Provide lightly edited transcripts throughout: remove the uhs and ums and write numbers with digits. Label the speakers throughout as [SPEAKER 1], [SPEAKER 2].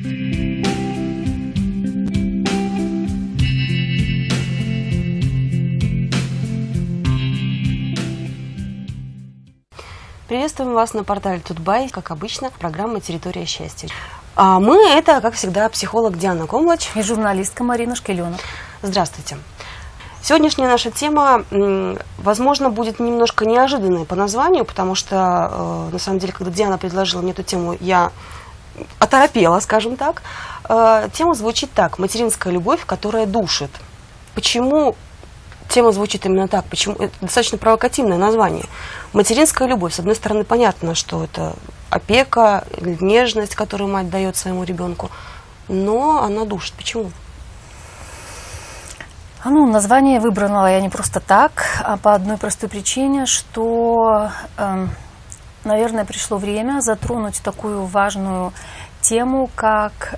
[SPEAKER 1] Приветствуем вас на портале Тутбай, как обычно, программа «Территория счастья». А мы — это, как всегда, психолог Диана Комлач
[SPEAKER 2] и журналистка Марина Шкелёна.
[SPEAKER 1] Здравствуйте. Сегодняшняя наша тема, возможно, будет немножко неожиданной по названию, потому что, на самом деле, когда Диана предложила мне эту тему, я оторопела, скажем так. Тема звучит так: материнская любовь, которая душит. Почему тема звучит именно так? Почему? Это достаточно провокативное название. Материнская любовь. С одной стороны, понятно, что это опека, нежность, которую мать дает своему ребенку, но она душит. Почему?
[SPEAKER 2] Название выбрала я не просто так, а по одной простой причине, что, наверное, пришло время затронуть такую важную тему, как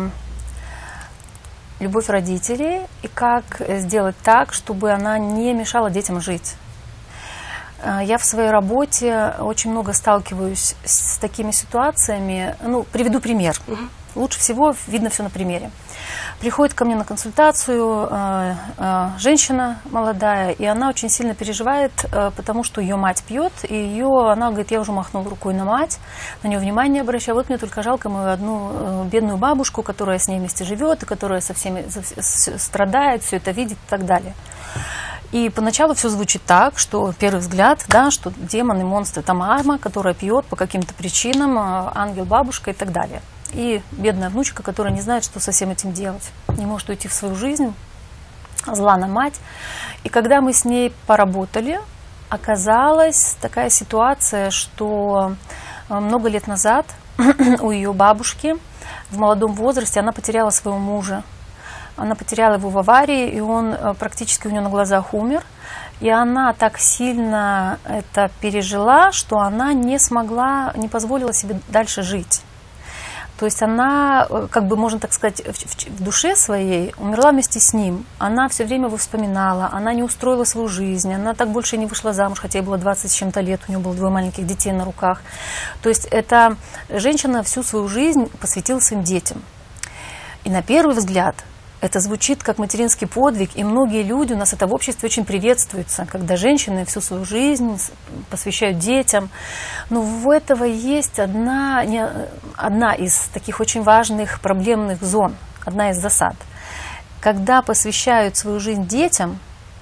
[SPEAKER 2] любовь родителей, и как сделать так, чтобы она не мешала детям жить. Я в своей работе очень много сталкиваюсь с такими ситуациями. Приведу пример. Лучше всего видно все на примере. Приходит ко мне на консультацию женщина молодая, и она очень сильно переживает, потому что ее мать пьет, и она говорит: я уже махнула рукой на мать, на нее внимания не обращаю, вот мне только жалко мою одну бедную бабушку, которая с ней вместе живет, и которая со всеми страдает, все это видит и так далее. И поначалу все звучит так, что первый взгляд, да, что демон и монстр — это мама, которая пьет по каким-то причинам, ангел, бабушка и так далее. И бедная внучка, которая не знает, что со всем этим делать, не может уйти в свою жизнь, зла на мать. И когда мы с ней поработали, оказалась такая ситуация, что много лет назад у ее бабушки в молодом возрасте она потеряла своего мужа. Она потеряла его в аварии, и он практически у нее на глазах умер. И она так сильно это пережила, что она не позволила себе дальше жить. То есть она, можно так сказать, в душе своей умерла вместе с ним. Она все время его вспоминала, она не устроила свою жизнь, она так больше не вышла замуж, хотя ей было 20 с чем-то лет, у нее было 2 маленьких детей на руках. То есть эта женщина всю свою жизнь посвятила своим детям. И на первый взгляд это звучит как материнский подвиг, и многие люди, у нас это в обществе очень приветствуется, когда женщины всю свою жизнь посвящают детям. Но в этого есть одна из таких очень важных проблемных зон, одна из засад. Когда посвящают свою жизнь детям,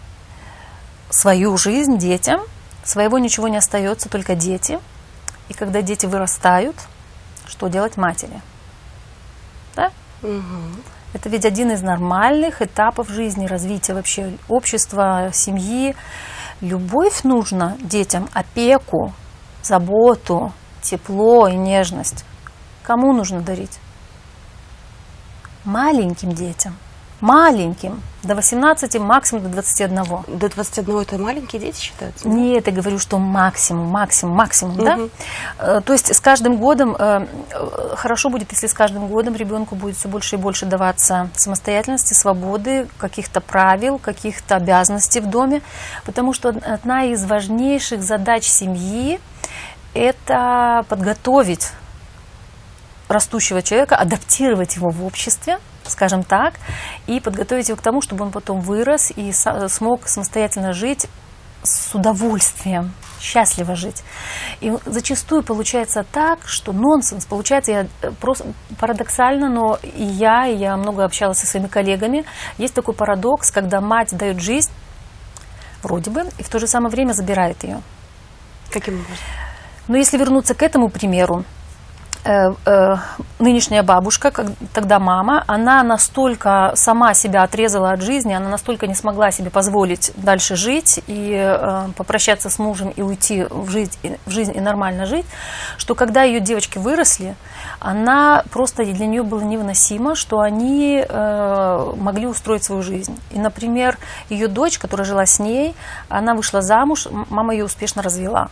[SPEAKER 2] своего ничего не остается, только дети. И когда дети вырастают, что делать матери? Да? Угу. Это ведь один из нормальных этапов жизни, развития вообще общества, семьи. Любовь нужно детям, опеку, заботу, тепло и нежность. Кому нужно дарить? Маленьким детям. Маленьким. До 18, максимум до 21.
[SPEAKER 1] До 21 это маленькие дети считаются?
[SPEAKER 2] Нет, я говорю, что максимум, да? То есть с каждым годом, хорошо будет, если с каждым годом ребенку будет все больше и больше даваться самостоятельности, свободы, каких-то правил, каких-то обязанностей в доме, потому что одна из важнейших задач семьи – это подготовить растущего человека, адаптировать его в обществе, скажем так, и подготовить его к тому, чтобы он потом вырос и смог самостоятельно жить с удовольствием, счастливо жить. И зачастую получается так, что нонсенс. Получается, просто парадоксально, но и я много общалась со своими коллегами. Есть такой парадокс, когда мать дает жизнь, вроде бы, и в то же самое время забирает ее.
[SPEAKER 1] Каким образом?
[SPEAKER 2] Но если вернуться к этому примеру, нынешняя бабушка, тогда мама, она настолько сама себя отрезала от жизни, она настолько не смогла себе позволить дальше жить и попрощаться с мужем и уйти в жизнь и нормально жить, что когда ее девочки выросли, она просто для нее было невыносимо, что они могли устроить свою жизнь. И, например, ее дочь, которая жила с ней, она вышла замуж, мама ее успешно развела.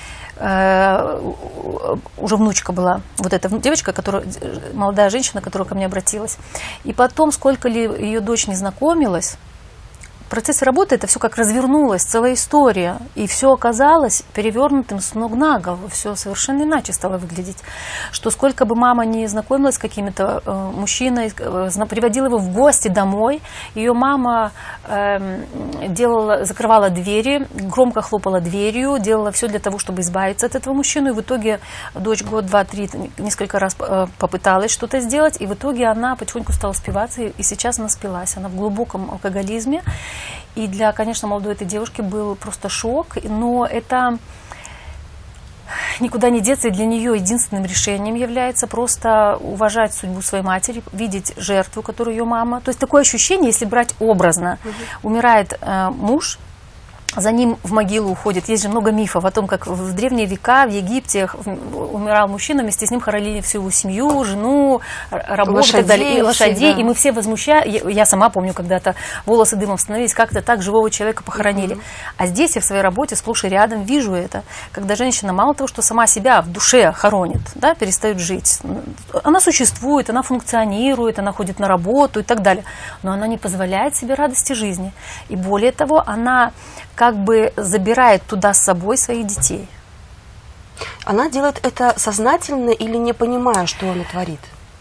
[SPEAKER 2] Уже внучка была, вот эта девочка, молодая женщина, которая ко мне обратилась. И потом, сколько ли ее дочь не знакомилась, процессе работы это все как развернулось, целая история. И все оказалось перевернутым с ног на голову. Все совершенно иначе стало выглядеть. Что сколько бы мама не знакомилась с какими-то мужчиной, приводила его в гости домой, ее мама закрывала двери, громко хлопала дверью, делала все для того, чтобы избавиться от этого мужчины. И в итоге дочь год, два, три несколько раз попыталась что-то сделать, и в итоге она потихоньку стала спиваться, и сейчас она спилась. Она в глубоком алкоголизме. И для, конечно, молодой этой девушки был просто шок, но это никуда не деться, и для нее единственным решением является просто уважать судьбу своей матери, видеть жертву, которую ее мама. То есть такое ощущение, если брать образно, умирает муж, за ним в могилу уходит. Есть же много мифов о том, как в древние века в Египте умирал мужчина, вместе с ним хоронили всю его семью, жену, рабов и так далее, и лошадей. Да. И мы все возмущаем. Я сама помню, когда-то волосы дымом становились, как-то так живого человека похоронили. А здесь я в своей работе сплошь и рядом вижу это. Когда женщина мало того, что сама себя в душе хоронит, да, перестает жить. Она существует, она функционирует, она ходит на работу и так далее. Но она не позволяет себе радости жизни. И более того, она как бы забирает туда с собой своих детей.
[SPEAKER 1] Она делает это сознательно или не понимая, что она творит?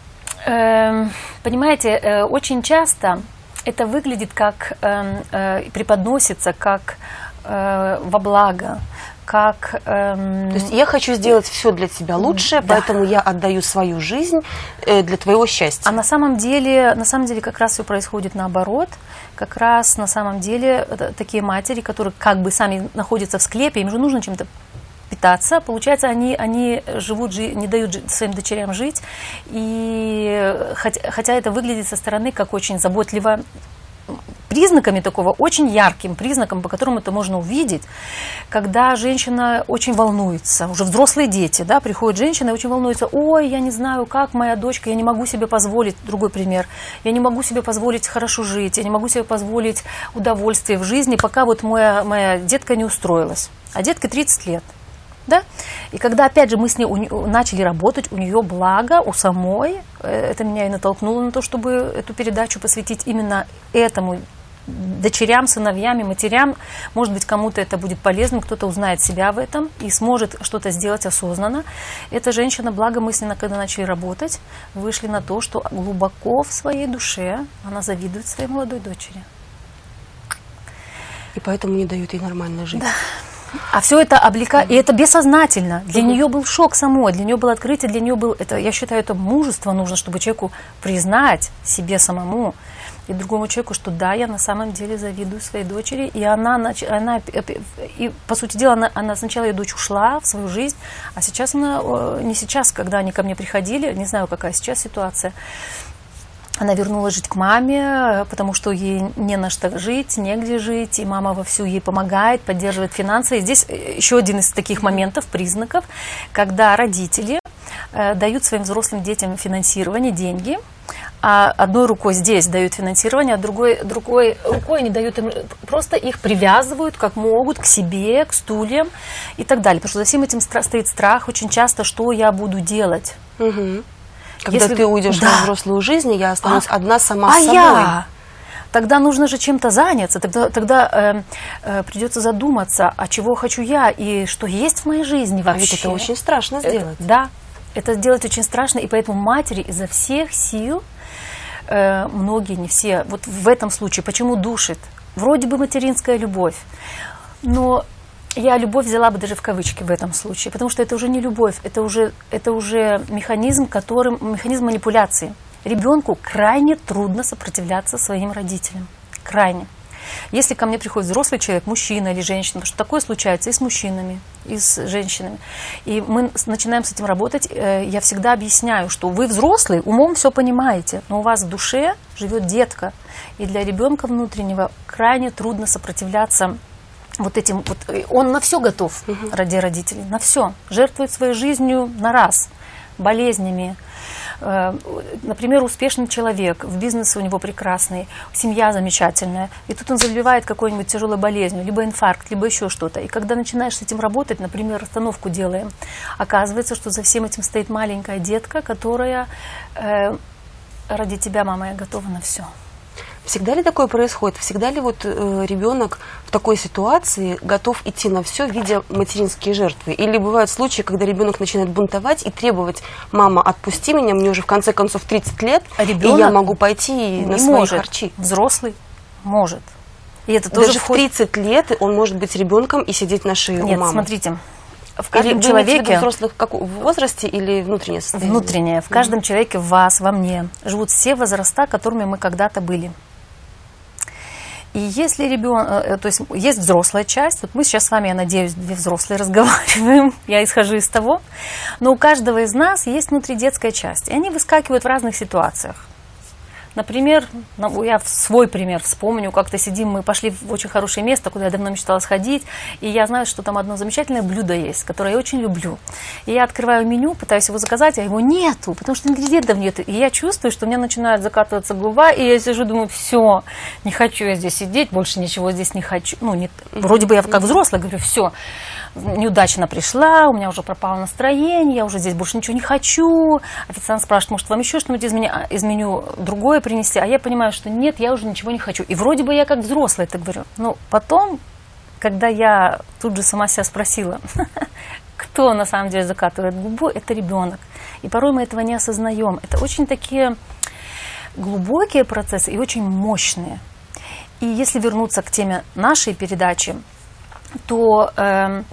[SPEAKER 2] Понимаете, очень часто это выглядит как, преподносится как во благо, как...
[SPEAKER 1] То есть я хочу сделать все для тебя лучше, да. Поэтому я отдаю свою жизнь для твоего счастья.
[SPEAKER 2] А на самом деле как раз все происходит наоборот. Как раз на самом деле такие матери, которые как бы сами находятся в склепе, им же нужно чем-то питаться, получается, они живут, не дают своим дочерям жить, и хотя это выглядит со стороны как очень заботливо, признаками такого, очень ярким признаком, по которому это можно увидеть, когда женщина очень волнуется, уже взрослые дети, да, приходит женщина и очень волнуется: ой, я не знаю, как моя дочка, я не могу себе позволить, другой пример, я не могу себе позволить хорошо жить, я не могу себе позволить удовольствие в жизни, пока вот моя детка не устроилась, а детке 30 лет. Да? И когда, опять же, мы с ней начали работать, у нее благо, у самой, это меня и натолкнуло на то, чтобы эту передачу посвятить именно этому, дочерям, сыновьям и матерям. Может быть, кому-то это будет полезным, кто-то узнает себя в этом и сможет что-то сделать осознанно. Эта женщина, благо мы с ней, когда начали работать, вышли на то, что глубоко в своей душе она завидует своей молодой дочери.
[SPEAKER 1] И поэтому не дают ей нормально жить.
[SPEAKER 2] Да. А все это и это бессознательно. Для нее был шок самой, для нее было открытие, для нее был это, я считаю, это мужество нужно, чтобы человеку признать себе самому и другому человеку, что да, я на самом деле завидую своей дочери, и и по сути дела, она сначала ее дочь ушла в свою жизнь, а сейчас не сейчас, когда они ко мне приходили, не знаю, какая сейчас ситуация. Она вернулась жить к маме, потому что ей не на что жить, негде жить, и мама вовсю ей помогает, поддерживает финансово. И здесь еще один из таких моментов, признаков, когда родители дают своим взрослым детям финансирование, деньги, а одной рукой здесь дают финансирование, а другой рукой они дают им, просто их привязывают как могут к себе, к стульям и так далее. Потому что за всем этим стоит страх очень часто, что я буду делать.
[SPEAKER 1] Угу. Когда ты уйдешь во взрослую жизнь, я останусь одна сама с собой.
[SPEAKER 2] Тогда нужно же чем-то заняться, тогда придется задуматься, а чего хочу я и что есть в моей жизни вообще.
[SPEAKER 1] Ведь это очень страшно сделать.
[SPEAKER 2] Да, это сделать очень страшно, и поэтому матери изо всех сил, многие, не все, вот в этом случае, почему душит? Вроде бы материнская любовь, но... Я любовь взяла бы даже в кавычки в этом случае, потому что это уже не любовь, это уже механизм манипуляции. Ребенку крайне трудно сопротивляться своим родителям. Крайне. Если ко мне приходит взрослый человек, мужчина или женщина, потому что такое случается и с мужчинами, и с женщинами, и мы начинаем с этим работать, я всегда объясняю, что вы взрослый, умом все понимаете, но у вас в душе живет детка, и для ребенка внутреннего крайне трудно сопротивляться вот этим, вот, он на все готов ради родителей, на все, жертвует своей жизнью на раз, болезнями. Например, успешный человек, в бизнесе у него прекрасный, семья замечательная, и тут он заболевает какой-нибудь тяжелой болезнью, либо инфаркт, либо еще что-то. И когда начинаешь с этим работать, например, расстановку делаем, оказывается, что за всем этим стоит маленькая детка, которая ради тебя, мама, я готова на все.
[SPEAKER 1] Всегда ли такое происходит? Всегда ли вот ребенок в такой ситуации готов идти на все, видя материнские жертвы? Или бывают случаи, когда ребенок начинает бунтовать и требовать: мама, отпусти меня, мне уже в конце концов 30 лет, и я могу пойти на свои харчи.
[SPEAKER 2] Взрослый может. И это тоже
[SPEAKER 1] даже в 30 лет он может быть ребенком и сидеть на шее у мамы.
[SPEAKER 2] Нет, смотрите. В каждом
[SPEAKER 1] или
[SPEAKER 2] человеке,
[SPEAKER 1] взрослых как в возрасте или внутреннее состояние?
[SPEAKER 2] Внутреннее. В каждом человеке, в вас, во мне, живут все возраста, которыми мы когда-то были. И если ребенок, то есть есть взрослая часть, вот мы сейчас с вами, я надеюсь, две взрослые разговариваем, я исхожу из того, но у каждого из нас есть внутридетская часть, и они выскакивают в разных ситуациях. Например, я свой пример вспомню, как-то сидим, мы пошли в очень хорошее место, куда я давно мечтала сходить, и я знаю, что там одно замечательное блюдо есть, которое я очень люблю. И я открываю меню, пытаюсь его заказать, а его нету, потому что ингредиентов нет. И я чувствую, что у меня начинает закатываться голова, и я сижу, думаю, все, не хочу я здесь сидеть, больше ничего здесь не хочу. Ну, не, вроде бы я как взрослая говорю, все, неудачно пришла, у меня уже пропало настроение, я уже здесь больше ничего не хочу. Официант спрашивает, может, вам еще что-нибудь из меню другое принести, а я понимаю, что нет, я уже ничего не хочу. И вроде бы я как взрослая это говорю. Но потом, когда я тут же сама себя спросила, кто на самом деле закатывает губу, это ребенок. И порой мы этого не осознаем. Это очень такие глубокие процессы и очень мощные. И если вернуться к теме нашей передачи, то, к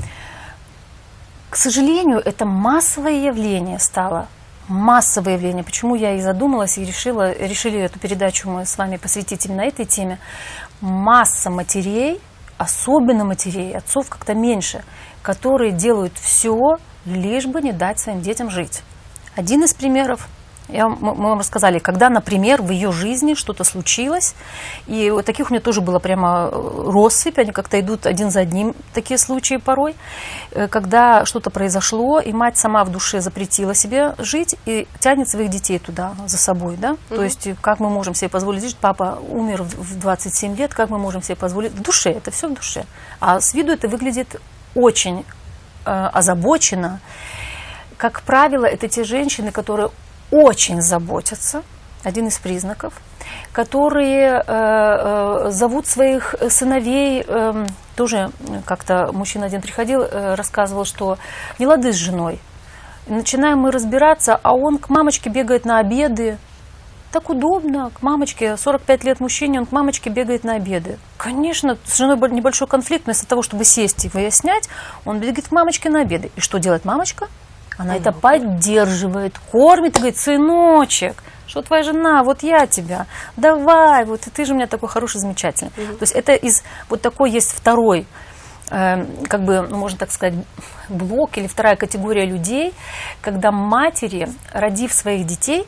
[SPEAKER 2] сожалению, это массовое явление стало. Массовое явление. Почему я и задумалась, и решили эту передачу мы с вами посвятить именно этой теме. Масса матерей, особенно матерей, отцов как-то меньше, которые делают все, лишь бы не дать своим детям жить. Один из примеров. Мы вам рассказали, когда, например, в ее жизни что-то случилось, и вот таких у меня тоже было прямо россыпь, они как-то идут один за одним, такие случаи порой, когда что-то произошло, и мать сама в душе запретила себе жить и тянет своих детей туда за собой, да, то есть как мы можем себе позволить жить, папа умер в 27 лет, как мы можем себе позволить, в душе, это все в душе, а с виду это выглядит очень озабоченно. Как правило, это те женщины, которые очень заботятся, один из признаков, которые зовут своих сыновей, тоже как-то мужчина один приходил, рассказывал, что не лады с женой. Начинаем мы разбираться, а он к мамочке бегает на обеды. Так удобно, к мамочке, 45 лет мужчине, он к мамочке бегает на обеды. Конечно, с женой небольшой конфликт, вместо того, чтобы сесть и выяснять, он бегает к мамочке на обеды. И что делает мамочка? Она это поддерживает, кормит и говорит, сыночек, что твоя жена, вот я тебя, давай, вот ты же у меня такой хороший, замечательный. То есть это из, вот такой есть второй, как бы, ну, можно так сказать, блок или вторая категория людей, когда матери, родив своих детей,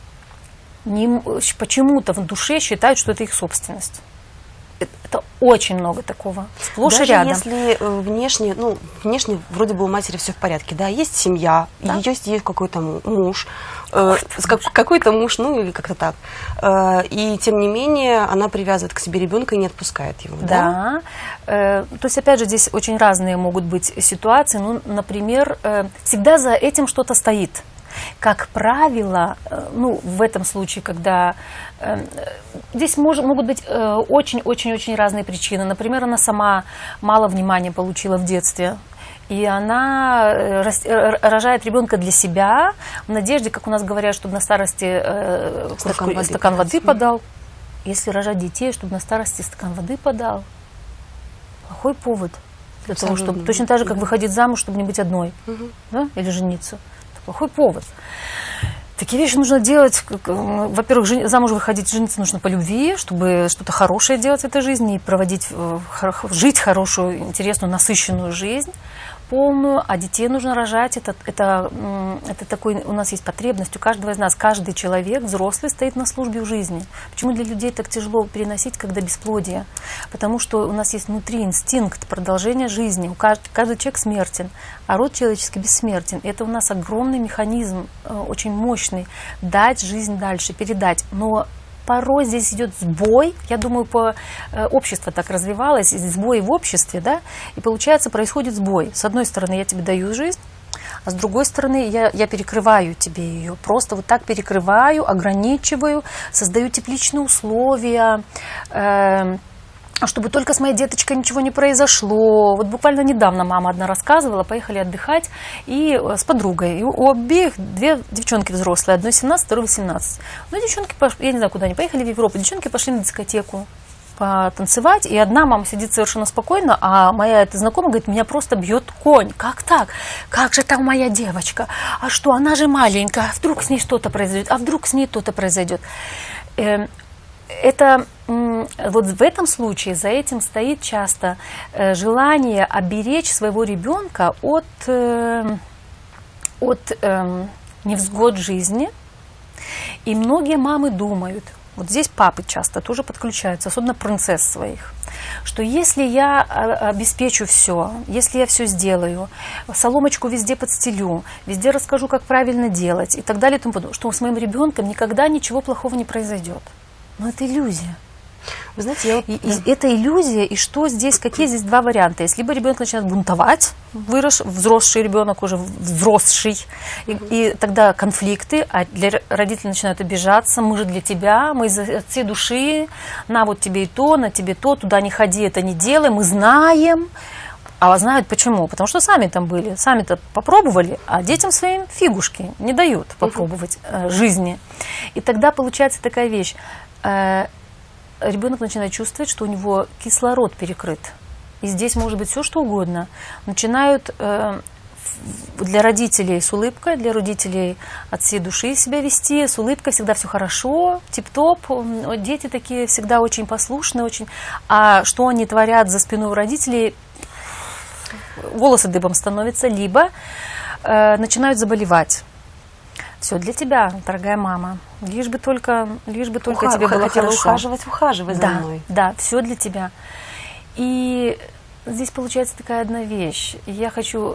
[SPEAKER 2] почему-то в душе считают, что это их собственность. Это очень много такого, сплошь и рядом.
[SPEAKER 1] Даже если внешне, ну, внешне вроде бы у матери все в порядке, да, есть семья, да? Есть какой-то муж, какой-то муж, ну или как-то так, и тем не менее она привязывает к себе ребенка и не отпускает его.
[SPEAKER 2] Да, то есть опять же здесь очень разные могут быть ситуации, ну, например, всегда за этим что-то стоит. Как правило, ну, в этом случае, когда здесь могут быть очень-очень-очень разные причины. Например, она сама мало внимания получила в детстве, и она рожает ребенка для себя в надежде, как у нас говорят, чтобы на старости стакан воды подал. Если рожать детей, чтобы на старости стакан воды подал, плохой повод для того, чтобы точно так же, как выходить замуж, чтобы не быть одной, да, или жениться. Плохой повод. Такие вещи нужно делать. Во-первых, замуж выходить, жениться нужно по любви, чтобы что-то хорошее делать в этой жизни и проводить, жить хорошую, интересную, насыщенную жизнь полную, а детей нужно рожать. Это такой, у нас есть потребность у каждого из нас. Каждый человек, взрослый, стоит на службе в жизни. Почему для людей так тяжело переносить, когда бесплодие? Потому что у нас есть внутри инстинкт продолжения жизни. Каждый человек смертен, а род человеческий бессмертен. И это у нас огромный механизм, очень мощный, дать жизнь дальше, передать. Но порой здесь идет сбой, я думаю, общество так развивалось, сбой в обществе, да, и получается, происходит сбой. С одной стороны, я тебе даю жизнь, А с другой стороны, я перекрываю тебе ее, просто вот так перекрываю, ограничиваю, создаю тепличные условия, чтобы только с моей деточкой ничего не произошло. Вот буквально недавно мама одна рассказывала, поехали отдыхать и с подругой. И у обеих две девчонки взрослые, одной 17, второй 18. Ну, девчонки, я не знаю, куда они поехали, в Европу, девчонки пошли на дискотеку потанцевать, и одна мама сидит совершенно спокойно, а моя эта знакомая говорит, меня просто бьет конь. Как так? Как же там моя девочка? А что, она же маленькая, а вдруг с ней что-то произойдет? А вдруг с ней что-то произойдет? Это вот в этом случае за этим стоит часто желание оберечь своего ребенка от невзгод жизни. И многие мамы думают, вот здесь папы часто тоже подключаются, особенно принцесс своих, что если я обеспечу все, если я все сделаю, соломочку везде подстелю, везде расскажу, как правильно делать и так далее, что с моим ребенком никогда ничего плохого не произойдет. Но это иллюзия.
[SPEAKER 1] Вы знаете,
[SPEAKER 2] это иллюзия, и что здесь, какие здесь два варианта. Если либо ребенок начинает бунтовать, взрослый ребенок уже взросший, и тогда конфликты, а родители начинают обижаться, мы же для тебя, мы из всей души, на вот тебе и то, на тебе то, туда не ходи, это не делай, мы знаем. А знают почему? Потому что сами там были, сами-то попробовали, а детям своим фигушки не дают попробовать жизни. И тогда получается такая вещь. Ребенок начинает чувствовать, что у него кислород перекрыт. И здесь может быть все, что угодно. Начинают для родителей с улыбкой, для родителей от всей души себя вести, с улыбкой всегда все хорошо, тип-топ. Дети такие всегда очень послушные, очень. А что они творят за спиной у родителей, волосы дыбом становятся, либо начинают заболевать. Все для тебя, дорогая мама. Лишь бы только тебе было хорошо.
[SPEAKER 1] Ухаживать за мной.
[SPEAKER 2] Да, все для тебя. И здесь получается такая одна вещь. Я хочу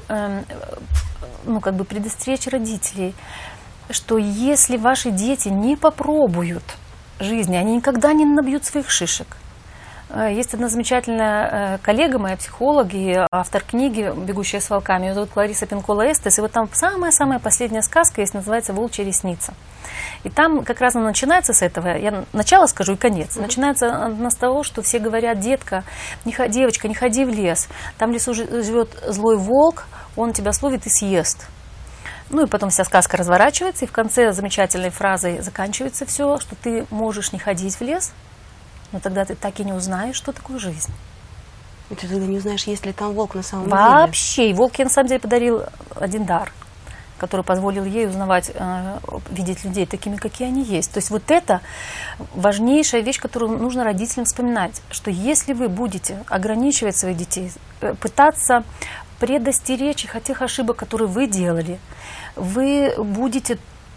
[SPEAKER 2] предостеречь родителей, что если ваши дети не попробуют жизни, они никогда не набьют своих шишек. Есть одна замечательная коллега, моя психолог и автор книги «Бегущая с волками». Ее зовут Клариса Пинкола-Эстес. И вот там самая-самая последняя сказка есть, называется «Волчья ресница». И там как раз она начинается с этого, я начало скажу и конец. Начинается она с того, что все говорят: детка, девочка, не ходи в лес. Там в лесу живет злой волк, он тебя словит и съест. Ну и потом вся сказка разворачивается, и в конце замечательной фразой заканчивается все, что ты можешь не ходить в лес, но тогда ты так и не узнаешь, что такое жизнь.
[SPEAKER 1] И ты тогда не узнаешь, есть ли там волк на самом деле.
[SPEAKER 2] Вообще. И волк ей на самом деле подарил один дар, который позволил ей узнавать, видеть людей такими, какие они есть. То есть вот это важнейшая вещь, которую нужно родителям вспоминать, что если вы будете ограничивать своих детей, пытаться предостеречь их от тех ошибок, которые вы делали, вы будете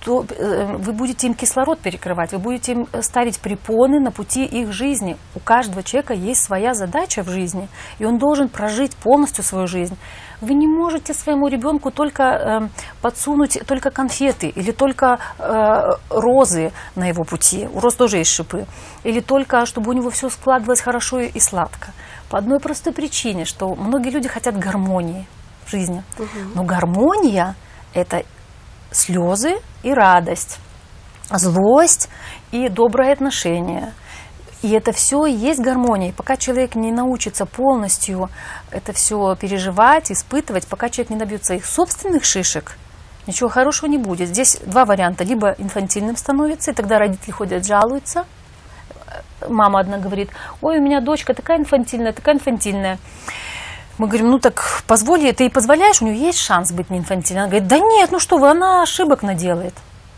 [SPEAKER 2] им кислород перекрывать, вы будете им ставить препоны на пути их жизни. У каждого человека есть своя задача в жизни, и он должен прожить полностью свою жизнь. Вы не можете своему ребенку только подсунуть только конфеты или только розы на его пути. У роз тоже есть шипы. Или только, чтобы у него все складывалось хорошо и сладко. По одной простой причине, что многие люди хотят гармонии в жизни. Но гармония – это слезы и радость, злость и доброе отношение. И это все и есть гармония. И пока человек не научится полностью это все переживать, испытывать, пока человек не добьется их собственных шишек, ничего хорошего не будет. Здесь два варианта. Либо инфантильным становится, и тогда родители ходят, жалуются. Мама одна говорит: ой, у меня дочка такая инфантильная, такая инфантильная. Мы говорим: ну так позволь, ты ей позволяешь, у нее есть шанс быть не инфантильной. Она говорит: да нет, ну что вы, она ошибок наделает.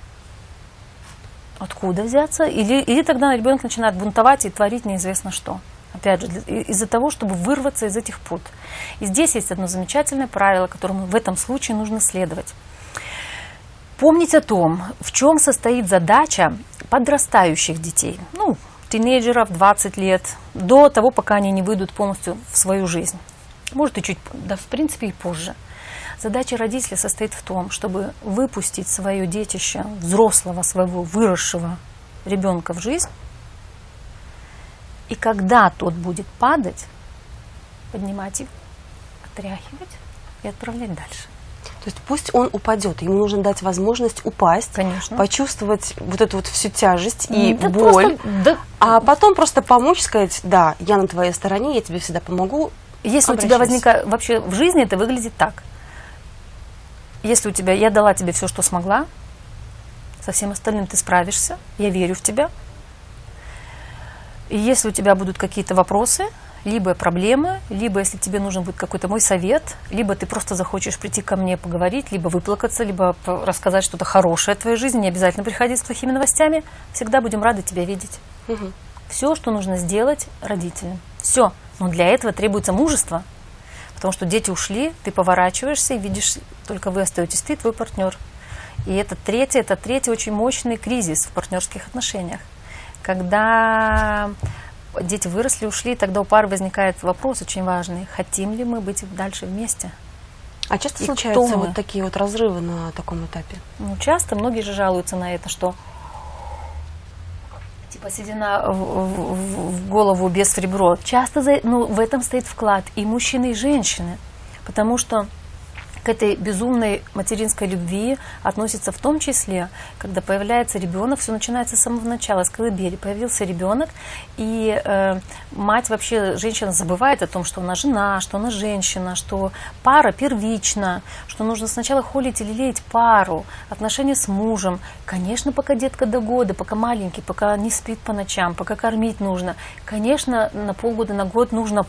[SPEAKER 2] Откуда взяться? Или тогда ребенок начинает бунтовать и творить неизвестно что. Опять же, из-за того, чтобы вырваться из этих пут. И здесь есть одно замечательное правило, которому в этом случае нужно следовать. Помнить о том, в чем состоит задача подрастающих детей. Ну, тинейджеров 20 лет, до того, пока они не выйдут полностью в свою жизнь. Может и чуть, да в принципе и позже. Задача родителя состоит в том, чтобы выпустить свое детище, взрослого, своего выросшего ребенка в жизнь. И когда тот будет падать, поднимать их, отряхивать и отправлять дальше.
[SPEAKER 1] То То есть пусть он упадет, ему нужно дать возможность упасть,
[SPEAKER 2] Конечно.
[SPEAKER 1] почувствовать вот эту вот всю тяжесть и
[SPEAKER 2] Да
[SPEAKER 1] боль,
[SPEAKER 2] просто, да.
[SPEAKER 1] а потом просто помочь, сказать, да, я на твоей стороне, я тебе всегда помогу.
[SPEAKER 2] Если у тебя возникает, вообще в жизни это выглядит так. Если у тебя, я дала тебе все, что смогла, со всем остальным ты справишься, я верю в тебя. И если у тебя будут какие-то вопросы, либо проблемы, либо если тебе нужен будет какой-то мой совет, либо ты просто захочешь прийти ко мне поговорить, либо выплакаться, либо рассказать что-то хорошее в твоей жизни, не обязательно приходить с плохими новостями, всегда будем рады тебя видеть.
[SPEAKER 1] Угу.
[SPEAKER 2] Все, что нужно сделать родителям. Все. Но для этого требуется мужество. Потому что дети ушли, ты поворачиваешься и видишь, только вы остаетесь, ты и твой партнер. И это третий очень мощный кризис в партнерских отношениях. Когда дети выросли, ушли, тогда у пары возникает вопрос очень важный. Хотим ли мы быть дальше вместе?
[SPEAKER 1] А часто случаются вот такие вот разрывы на таком этапе?
[SPEAKER 2] Ну, часто. Многие же жалуются на это, что типа седина в голову без в ребро. Часто в этом стоит вклад и мужчины, и женщины. Потому что к этой безумной материнской любви относится в том числе, когда появляется ребенок, все начинается с самого начала, с колыбели. Появился ребенок, и мать вообще, женщина забывает о том, что она жена, что она женщина, что пара первична, что нужно сначала холить и лелеять пару, отношения с мужем. Конечно, пока детка до года, пока маленький, пока не спит по ночам, пока кормить нужно. Конечно, на полгода, на год нужно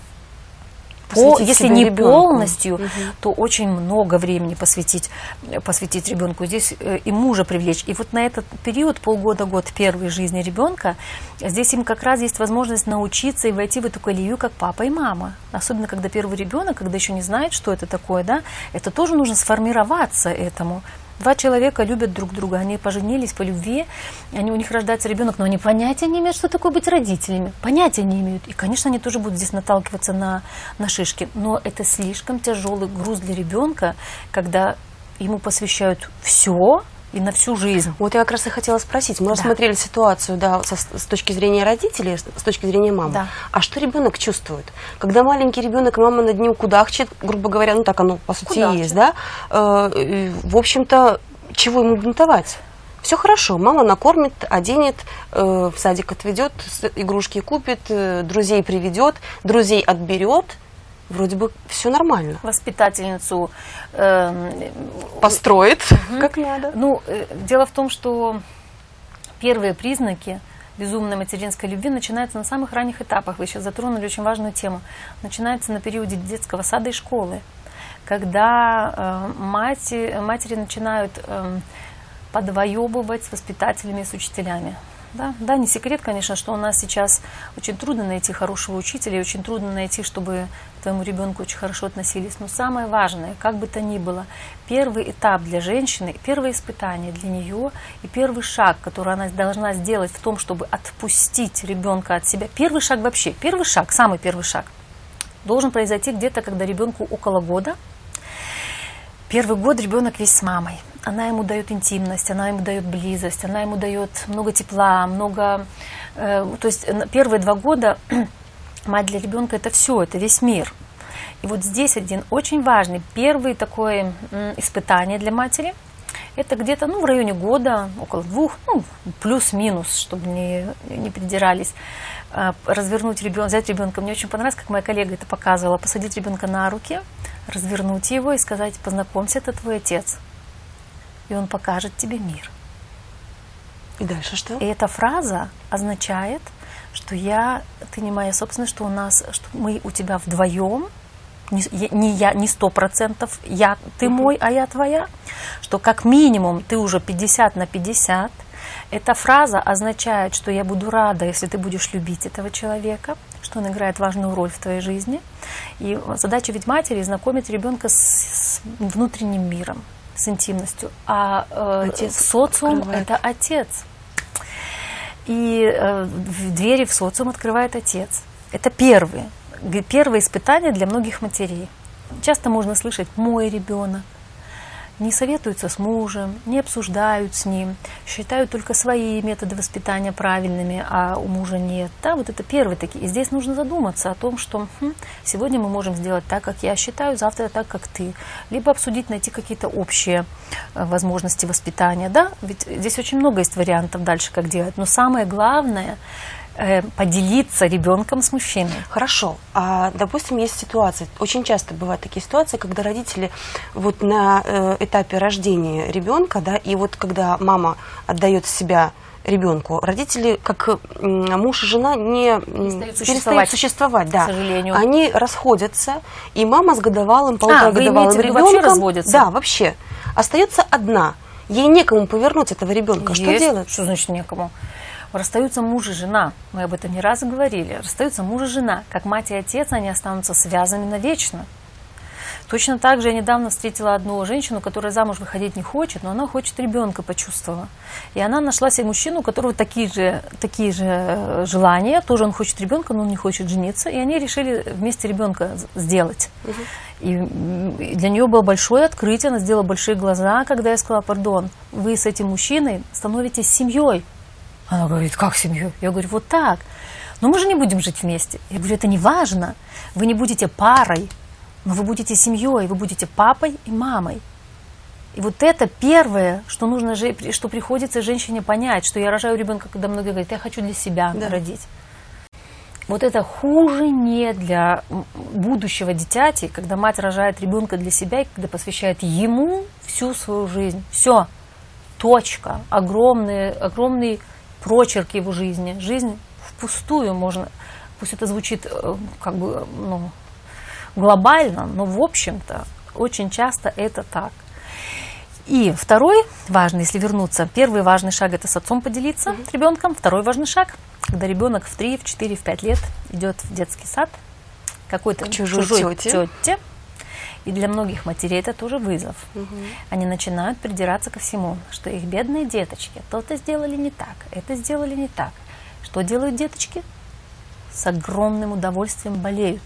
[SPEAKER 2] если не ребенку полностью, то очень много времени посвятить ребенку. Здесь и мужа привлечь. И вот на этот период, полгода-год первой жизни ребенка, здесь им как раз есть возможность научиться и войти в эту колею, как папа и мама. Особенно, когда первый ребенок, когда еще не знает, что это такое, да, это тоже нужно сформироваться этому. Два человека любят друг друга, они поженились по любви, у них рождается ребенок, но они понятия не имеют, что такое быть родителями. Понятия не имеют. И, конечно, они тоже будут здесь наталкиваться на шишки. Но это слишком тяжелый груз для ребенка, когда ему посвящают все и на всю жизнь.
[SPEAKER 1] Вот я как раз и хотела спросить. Мы рассмотрели ситуацию, да, с точки зрения родителей, с точки зрения мамы.
[SPEAKER 2] Да.
[SPEAKER 1] А что ребенок чувствует? Когда маленький ребенок, мама над ним кудахчет, грубо говоря, ну так оно по сути и есть, да? В общем-то, чего ему бунтовать? Все хорошо, мама накормит, оденет, в садик отведет, игрушки купит, друзей приведет, друзей отберет. Вроде бы все нормально.
[SPEAKER 2] Воспитательницу
[SPEAKER 1] построит, как надо.
[SPEAKER 2] Ну, дело в том, что первые признаки безумной материнской любви начинаются на самых ранних этапах. Вы сейчас затронули очень важную тему. Начинается на периоде детского сада и школы, когда матери начинают подвоебывать с воспитателями и с учителями. Да, не секрет, конечно, что у нас сейчас очень трудно найти хорошего учителя, и очень трудно найти, чтобы к твоему ребенку очень хорошо относились. Но самое важное, как бы то ни было, первый этап для женщины, первое испытание для нее и первый шаг, который она должна сделать в том, чтобы отпустить ребенка от себя. Первый шаг вообще, первый шаг, самый первый шаг, должен произойти где-то, когда ребенку около года. Первый год ребенок весь с мамой. Она ему дает интимность, она ему дает близость, она ему дает много тепла, много... то есть первые 2 года мать для ребенка это все, это весь мир. И вот здесь один очень важный, первый такое испытание для матери. Это где-то в районе года, около 2, плюс-минус, чтобы не придирались. Развернуть ребенка, взять ребенка. Мне очень понравилось, как моя коллега это показывала. Посадить ребенка на руки, развернуть его и сказать: познакомься, это твой отец. И он покажет тебе мир.
[SPEAKER 1] И дальше что?
[SPEAKER 2] И эта фраза означает, что ты не моя собственность, что мы у тебя вдвоем, не я, не 100%, ты мой, а я твоя, что как минимум ты уже 50/50. Эта фраза означает, что я буду рада, если ты будешь любить этого человека, что он играет важную роль в твоей жизни. И задача ведь матери — знакомить ребенка с внутренним миром, с интимностью. А социум — это отец. И двери в социум открывает отец. Это первое испытание для многих матерей. Часто можно слышать: мой ребенок. не советуются с мужем, не обсуждают с ним, считают только свои методы воспитания правильными, а у мужа нет. Да, вот это первые такие. И здесь нужно задуматься о том, что сегодня мы можем сделать так, как я считаю, завтра так, как ты. Либо обсудить, найти какие-то общие возможности воспитания. Да? Ведь здесь очень много есть вариантов дальше, как делать. Но самое главное – поделиться ребенком с мужчиной.
[SPEAKER 1] Хорошо. А, допустим, есть ситуации, очень часто бывают такие ситуации, когда родители вот на этапе рождения ребенка, да, и вот когда мама отдает себя ребенку, родители, как муж и жена, не перестают существовать, да.
[SPEAKER 2] К сожалению.
[SPEAKER 1] Они расходятся, и мама с годовалым, полуторагодовалым ребенком,
[SPEAKER 2] вообще разводятся?
[SPEAKER 1] Да, вообще, остается одна. Ей некому повернуть этого ребенка.
[SPEAKER 2] Есть.
[SPEAKER 1] Что делать?
[SPEAKER 2] Что значит некому? Расстаются муж и жена. Мы об этом не раз говорили. Расстаются муж и жена. Как мать и отец, они останутся связаны навечно. Точно так же я недавно встретила одну женщину, которая замуж выходить не хочет, но она хочет ребенка, почувствовала. И она нашла себе мужчину, у которого такие же желания. Тоже он хочет ребенка, но он не хочет жениться. И они решили вместе ребенка сделать. И для нее было большое открытие. Она сделала большие глаза, когда я сказала: пардон, вы с этим мужчиной становитесь семьей. Она говорит: как семью? Я говорю: вот так. Но мы же не будем жить вместе. Я говорю: это не важно. Вы не будете парой, но вы будете семьей, вы будете папой и мамой. И вот это первое, что нужно, что приходится женщине понять, что я рожаю ребенка, когда многие говорят: я хочу для себя родить. Вот это хуже не для будущего дитяти, когда мать рожает ребенка для себя, и когда посвящает ему всю свою жизнь. Все. Точка. Огромный прочерк его жизни. Жизнь впустую можно, пусть это звучит как бы глобально, но в общем-то очень часто это так. И второй важный, если вернуться, первый важный шаг — это с отцом поделиться ребенком. Второй важный шаг, когда ребенок в 3, в 4, в 5 лет идет в детский сад, какой-то чужой тете. И для многих матерей это тоже вызов. Они начинают придираться ко всему, что их бедные деточки то-то сделали не так, это сделали не так. Что делают деточки? С огромным удовольствием болеют.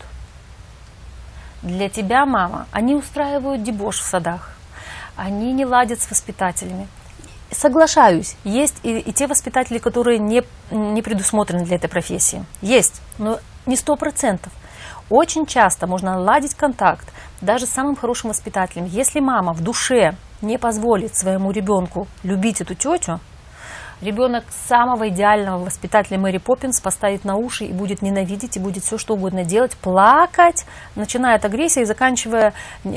[SPEAKER 2] Для тебя, мама, они устраивают дебош в садах, они не ладят с воспитателями. Соглашаюсь, есть и те воспитатели, которые не предусмотрены для этой профессии. Есть, но не 100%. Очень часто можно наладить контакт даже с самым хорошим воспитателем. Если мама в душе не позволит своему ребенку любить эту тетю, ребенок самого идеального воспитателя Мэри Поппинс поставит на уши и будет ненавидеть, и будет все что угодно делать, плакать, начиная от агрессии и заканчивая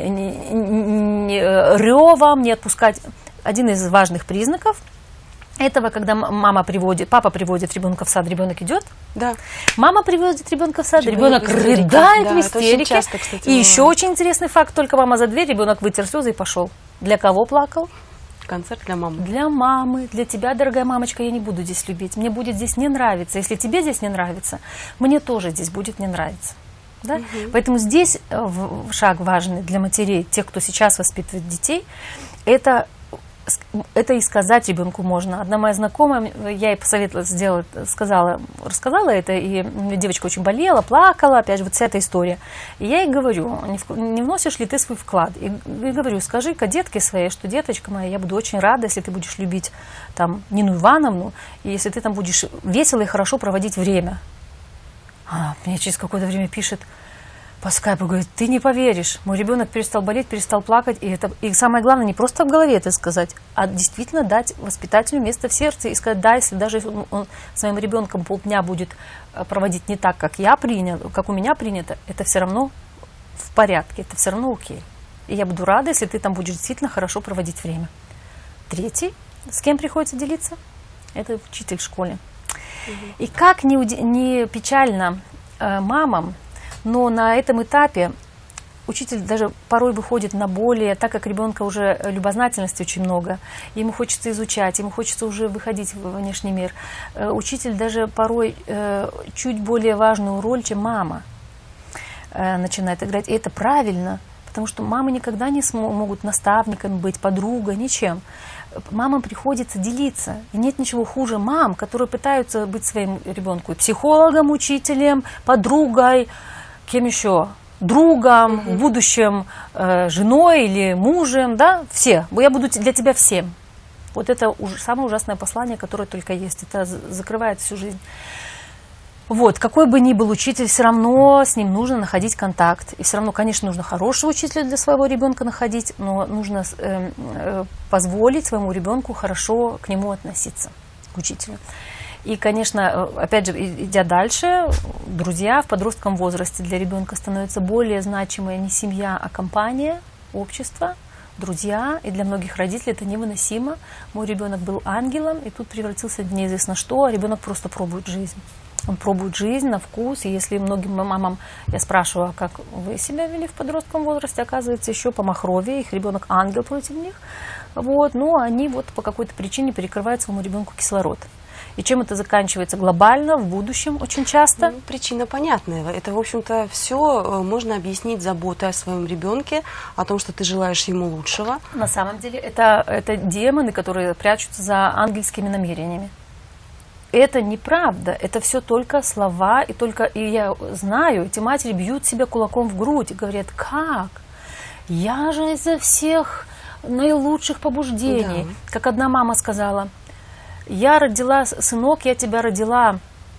[SPEAKER 2] ревом, не отпускать. Один из важных признаков этого, когда папа приводит ребенка в сад, ребенок идет. Да. Мама приводит ребенка в сад, ребенок рыдает в истерике. Часто, кстати, и еще очень интересный факт: только мама за дверь, ребенок вытер слезы и пошел. Для кого плакал?
[SPEAKER 1] Концерт для мамы.
[SPEAKER 2] Для мамы. Для тебя, дорогая мамочка, я не буду здесь любить. Мне будет здесь не нравиться. Если тебе здесь не нравится, мне тоже здесь будет не нравиться. Да? Поэтому здесь шаг важный для матерей, тех, кто сейчас воспитывает детей, это и сказать ребенку можно. Одна моя знакомая, я ей посоветовала рассказала это, и девочка очень болела, плакала, опять же, вот вся эта история. И я ей говорю: не вносишь ли ты свой вклад? И говорю: скажи-ка детке своей, что, деточка моя, я буду очень рада, если ты будешь любить там Нину Ивановну, и если ты там будешь весело и хорошо проводить время. Она мне через какое-то время пишет по скайпу, говорит: ты не поверишь, мой ребенок перестал болеть, перестал плакать, и самое главное, не просто в голове это сказать, а действительно дать воспитателю место в сердце и сказать: да, если даже он своим ребенком полдня будет проводить не так, как у меня принято, это все равно в порядке, это все равно окей. И я буду рада, если ты там будешь действительно хорошо проводить время. Третий, с кем приходится делиться, это учитель в школе. И как не печально мамам, но на этом этапе учитель даже порой выходит на более, так как ребенка уже любознательности очень много, ему хочется изучать, ему хочется уже выходить в внешний мир. Учитель даже порой чуть более важную роль, чем мама, начинает играть. И это правильно, потому что мамы никогда не могут наставниками быть, подругой, ничем. Мамам приходится делиться. И нет ничего хуже мам, которые пытаются быть своим ребенку и психологом, учителем, подругой, кем еще? другом, в будущем женой или мужем, да, все. Я буду для тебя всем. Вот это самое ужасное послание, которое только есть. Это закрывает всю жизнь. Вот, какой бы ни был учитель, все равно с ним нужно находить контакт. И все равно, конечно, нужно хорошего учителя для своего ребенка находить, но нужно позволить своему ребенку хорошо к нему относиться, к учителю. И, конечно, опять же, идя дальше, друзья в подростковом возрасте для ребенка становятся более значимые не семья, а компания, общество, друзья. И для многих родителей это невыносимо. Мой ребенок был ангелом, и тут превратился в неизвестно что, а ребенок просто пробует жизнь. Он пробует жизнь на вкус, и если многим мамам я спрашиваю, как вы себя вели в подростковом возрасте, оказывается, еще по махрове, их ребенок ангел против них, вот, но они вот по какой-то причине перекрывают своему ребенку кислород. И чем это заканчивается глобально, в будущем очень часто?
[SPEAKER 1] Ну, причина понятная. Это, в общем-то, все можно объяснить заботой о своем ребенке, о том, что ты желаешь ему лучшего.
[SPEAKER 2] На самом деле это демоны, которые прячутся за ангельскими намерениями. Это неправда, это все только слова, и я знаю, эти матери бьют себя кулаком в грудь и говорят, как? Я же из-за всех наилучших побуждений. Да. Как одна мама сказала, я родила, сынок, я тебя родила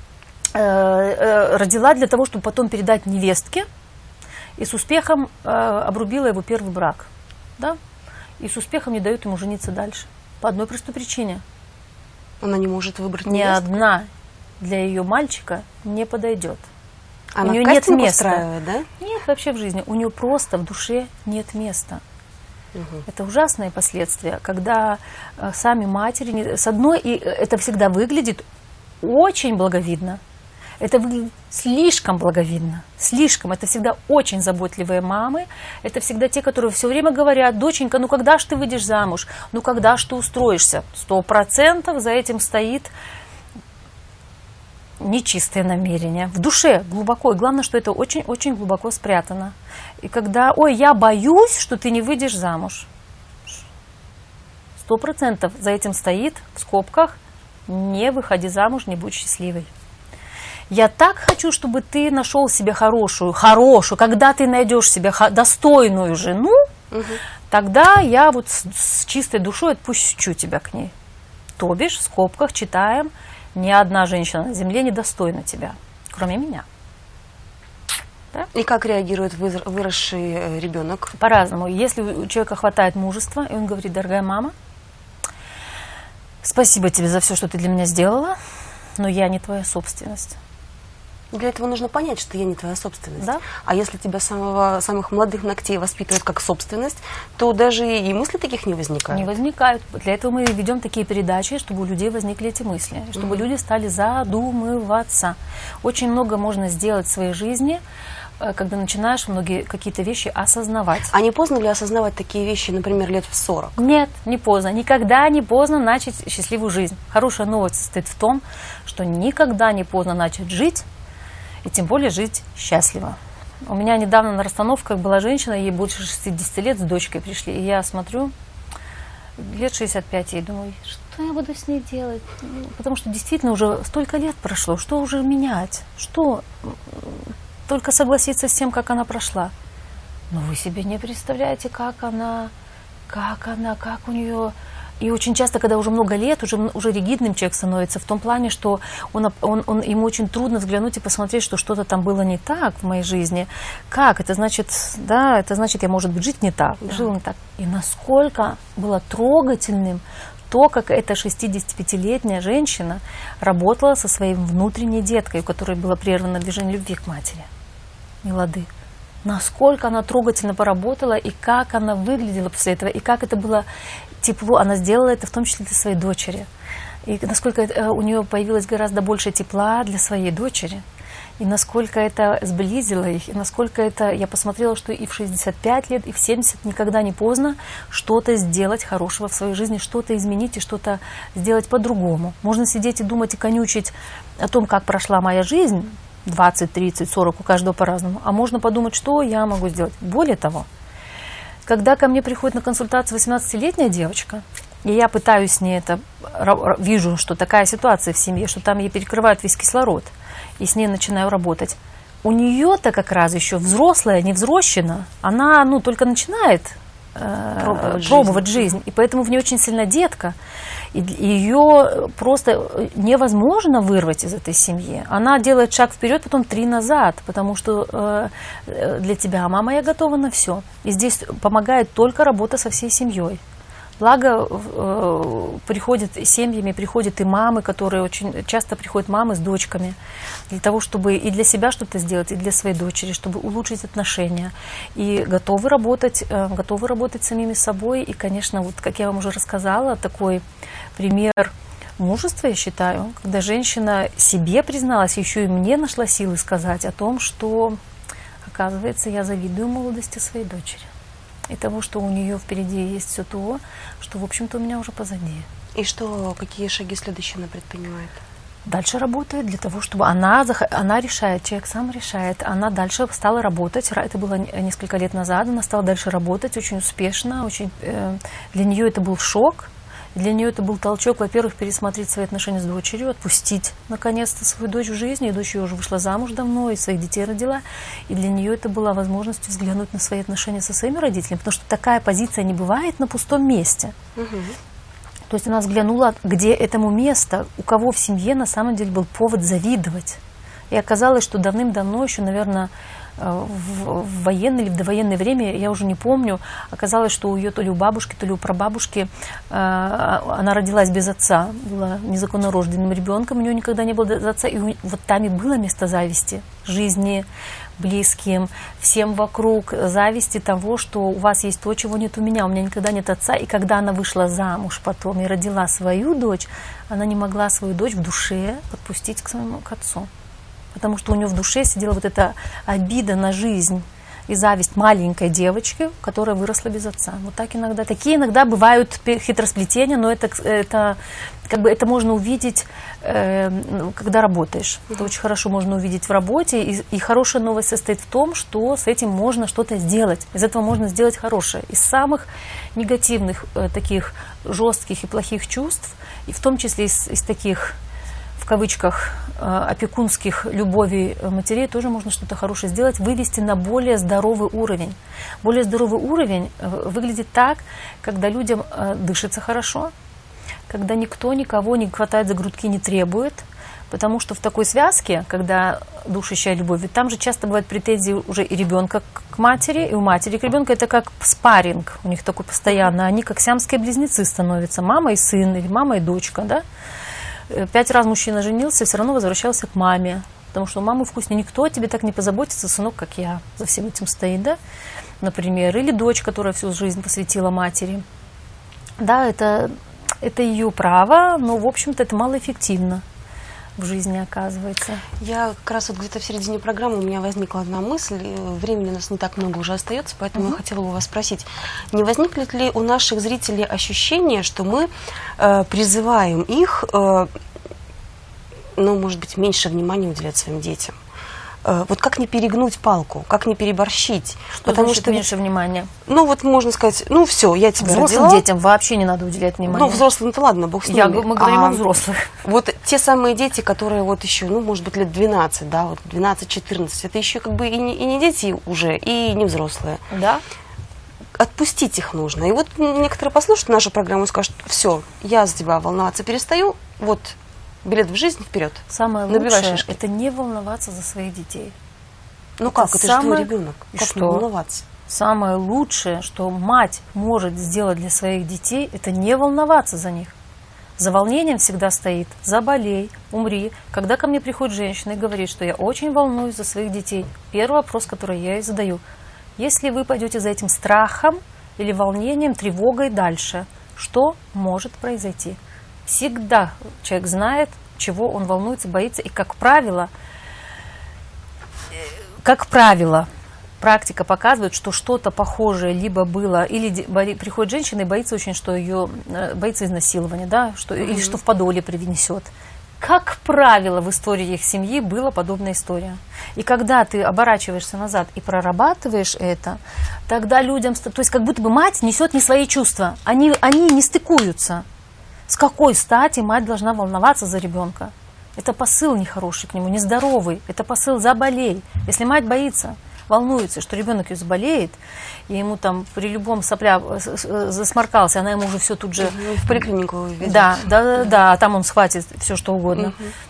[SPEAKER 2] для того, чтобы потом передать невестке, и с успехом обрубила его первый брак. Да? И с успехом не дает ему жениться дальше. По одной простой причине.
[SPEAKER 1] Она не может выбрать
[SPEAKER 2] невестку? Ни одна для ее мальчика не подойдет.
[SPEAKER 1] Она
[SPEAKER 2] у нее нет
[SPEAKER 1] места, да?
[SPEAKER 2] Нет, вообще в жизни. У нее просто в душе нет места. Угу. Это ужасные последствия, когда сами матери... С одной, и это всегда выглядит очень благовидно. Это выглядит слишком благовидно. Слишком. Это всегда очень заботливые мамы. Это всегда те, которые все время говорят, доченька, ну когда ж ты выйдешь замуж? Ну когда ж ты устроишься? 100% за этим стоит нечистое намерение. В душе глубоко. И главное, что это очень-очень глубоко спрятано. И когда, ой, я боюсь, что ты не выйдешь замуж. 100% за этим стоит, в скобках, не выходи замуж, не будь счастливой. Я так хочу, чтобы ты нашел себе хорошую, когда ты найдешь себе достойную жену, тогда я вот с чистой душой отпущу тебя к ней. То бишь, в скобках читаем, ни одна женщина на земле не достойна тебя, кроме меня. Да?
[SPEAKER 1] И как реагирует выросший ребенок?
[SPEAKER 2] По-разному. Если у человека хватает мужества, и он говорит, дорогая мама, спасибо тебе за все, что ты для меня сделала, но я не твоя собственность.
[SPEAKER 1] Для этого нужно понять, что я не твоя собственность.
[SPEAKER 2] Да?
[SPEAKER 1] А если тебя самых молодых ногтей воспитывают как собственность, то даже и мыслей таких не возникают.
[SPEAKER 2] Не возникают. Для этого мы ведем такие передачи, чтобы у людей возникли эти мысли, чтобы люди стали задумываться. Очень много можно сделать в своей жизни, когда начинаешь многие какие-то вещи осознавать.
[SPEAKER 1] А не поздно ли осознавать такие вещи, например, лет в 40?
[SPEAKER 2] Нет, не поздно. Никогда не поздно начать счастливую жизнь. Хорошая новость состоит в том, что никогда не поздно начать жить, и тем более жить счастливо. У меня недавно на расстановках была женщина, ей больше 60 лет, с дочкой пришли. И я смотрю, лет 65, и думаю, что я буду с ней делать? Потому что действительно уже столько лет прошло, что уже менять? Что? Только согласиться с тем, как она прошла. Но вы себе не представляете, как у нее... И очень часто, когда уже много лет, уже ригидным человек становится в том плане, что ему очень трудно взглянуть и посмотреть, что что-то там было не так в моей жизни. Как? Это значит, да, это значит, я, может быть, жить не так, жил не так. И насколько было трогательным то, как эта 65-летняя женщина работала со своей внутренней деткой, у которой было прервано движение любви к матери. Милады. Насколько она трогательно поработала, и как она выглядела после этого, и как это было тепло. Она сделала это в том числе для своей дочери. И насколько у нее появилось гораздо больше тепла для своей дочери. И насколько это сблизило их, и насколько это... Я посмотрела, что и в 65 лет, и в 70 никогда не поздно что-то сделать хорошего в своей жизни, что-то изменить и что-то сделать по-другому. Можно сидеть и думать, и конючить о том, как прошла моя жизнь, 20, 30, 40, у каждого по-разному. А можно подумать, что я могу сделать. Более того, когда ко мне приходит на консультацию 18-летняя девочка, и я пытаюсь с ней это, вижу, что такая ситуация в семье, что там ей перекрывают весь кислород, и с ней начинаю работать. у нее-то как раз еще взрослая, не взрощена, она только начинает пробовать жизнь, и поэтому в ней очень сильно детка. И ее просто невозможно вырвать из этой семьи. Она делает шаг вперед, потом 3 назад, потому что для тебя, мама, я готова на все. И здесь помогает только работа со всей семьей. Благо, приходят семьями, приходят и мамы, которые очень часто приходят мамы с дочками, для того, чтобы и для себя что-то сделать, и для своей дочери, чтобы улучшить отношения. И готовы работать с самими собой. И, конечно, вот, как я вам уже рассказала, такой пример мужества, я считаю, когда женщина себе призналась, еще и мне нашла силы сказать о том, что, оказывается, я завидую молодости своей дочери. И того, что у нее впереди есть все то, что, в общем-то, у меня уже позади.
[SPEAKER 1] И что, какие шаги следующие она предпринимает?
[SPEAKER 2] Дальше работает для того, чтобы она решает, человек сам решает. Она дальше стала работать, это было несколько лет назад, она стала дальше работать очень успешно, для нее это был шок. Для нее это был толчок, во-первых, пересмотреть свои отношения с дочерью, отпустить, наконец-то, свою дочь в жизни. И дочь ее уже вышла замуж давно, и своих детей родила. И для нее это была возможность взглянуть на свои отношения со своими родителями, потому что такая позиция не бывает на пустом месте. То есть она взглянула, где этому место, у кого в семье на самом деле был повод завидовать. И оказалось, что давным-давно, еще, наверное, в военное или в довоенное время, я уже не помню, оказалось, что у ее то ли у бабушки, то ли у прабабушки она родилась без отца, была незаконно рожденным ребенком, у нее никогда не было отца, и вот там и было место зависти жизни, близким, всем вокруг, зависти того, что у вас есть то, чего нет у меня никогда нет отца. И когда она вышла замуж потом и родила свою дочь, она не могла свою дочь в душе подпустить к отцу. Потому что у нее в душе сидела вот эта обида на жизнь и зависть маленькой девочки, которая выросла без отца. Вот так иногда. Такие иногда бывают хитросплетения, но это можно увидеть, когда работаешь. Это очень хорошо можно увидеть в работе. И хорошая новость состоит в том, что с этим можно что-то сделать. Из этого можно сделать хорошее. Из самых негативных, таких жестких и плохих чувств, и в том числе из таких, в кавычках, опекунских любовей матерей, тоже можно что-то хорошее сделать, вывести на более здоровый уровень. Более здоровый уровень выглядит так, когда людям дышится хорошо, когда никто никого не хватает за грудки, не требует, потому что в такой связке, когда душащая любовь, ведь там же часто бывают претензии уже и ребенка к матери, и у матери к ребенку, это как спарринг, у них такой постоянно, они как сиамские близнецы становятся, мама и сын, или мама и дочка, да? 5 раз мужчина женился, все равно возвращался к маме. Потому что у мамы вкуснее. Никто о тебе так не позаботится, сынок, как я. За всем этим стоит, да? Например. Или дочь, которая всю жизнь посвятила матери. Да, это ее право, но, в общем-то, это малоэффективно в жизни, оказывается.
[SPEAKER 1] Я как раз вот где-то в середине программы у меня возникла одна мысль. Времени у нас не так много уже остается, поэтому я хотела бы вас спросить, не возникнет ли у наших зрителей ощущение, что мы призываем их, может быть, меньше внимания уделять своим детям? Вот как не перегнуть палку, как не переборщить?
[SPEAKER 2] Потому что меньше внимания.
[SPEAKER 1] Можно сказать, все, я тебя
[SPEAKER 2] взрослым
[SPEAKER 1] родила.
[SPEAKER 2] Детям вообще не надо уделять внимание.
[SPEAKER 1] Взрослым-то ладно, бог с ними.
[SPEAKER 2] Мы говорим о взрослых.
[SPEAKER 1] Вот те самые дети, которые вот еще, может быть, лет 12, да, 12-14, это еще как бы и не дети уже, и не взрослые.
[SPEAKER 2] Да.
[SPEAKER 1] Отпустить их нужно. И вот некоторые послушают нашу программу и скажут, все, я за тебя волноваться перестаю, вот, билет в жизнь вперед.
[SPEAKER 2] Самое лучшее – это не волноваться за своих детей.
[SPEAKER 1] Как? Это же твой ребенок. Как не волноваться?
[SPEAKER 2] Самое лучшее, что мать может сделать для своих детей, это не волноваться за них. За волнением всегда стоит «заболей, умри». Когда ко мне приходит женщина и говорит, что я очень волнуюсь за своих детей, первый вопрос, который я ей задаю: если вы пойдете за этим страхом или волнением, тревогой дальше, что может произойти? Всегда человек знает, чего он волнуется, боится. И, как правило, практика показывает, что что-то похожее либо было, или приходит женщина и боится очень, что ее боится изнасилования, да, или что в подоле принесет. Как правило, в истории их семьи была подобная история. И когда ты оборачиваешься назад и прорабатываешь это, тогда людям, то есть как будто бы мать несет не свои чувства, они не стыкуются. С какой стати мать должна волноваться за ребенка? Это посыл нехороший к нему, нездоровый. Это посыл «заболей». Если мать боится, волнуется, что ребенок ее заболеет, и ему там при любом сопля засморкался, она ему уже все тут же...
[SPEAKER 1] В поликлинику везет.
[SPEAKER 2] Да, а там он схватит все, что угодно.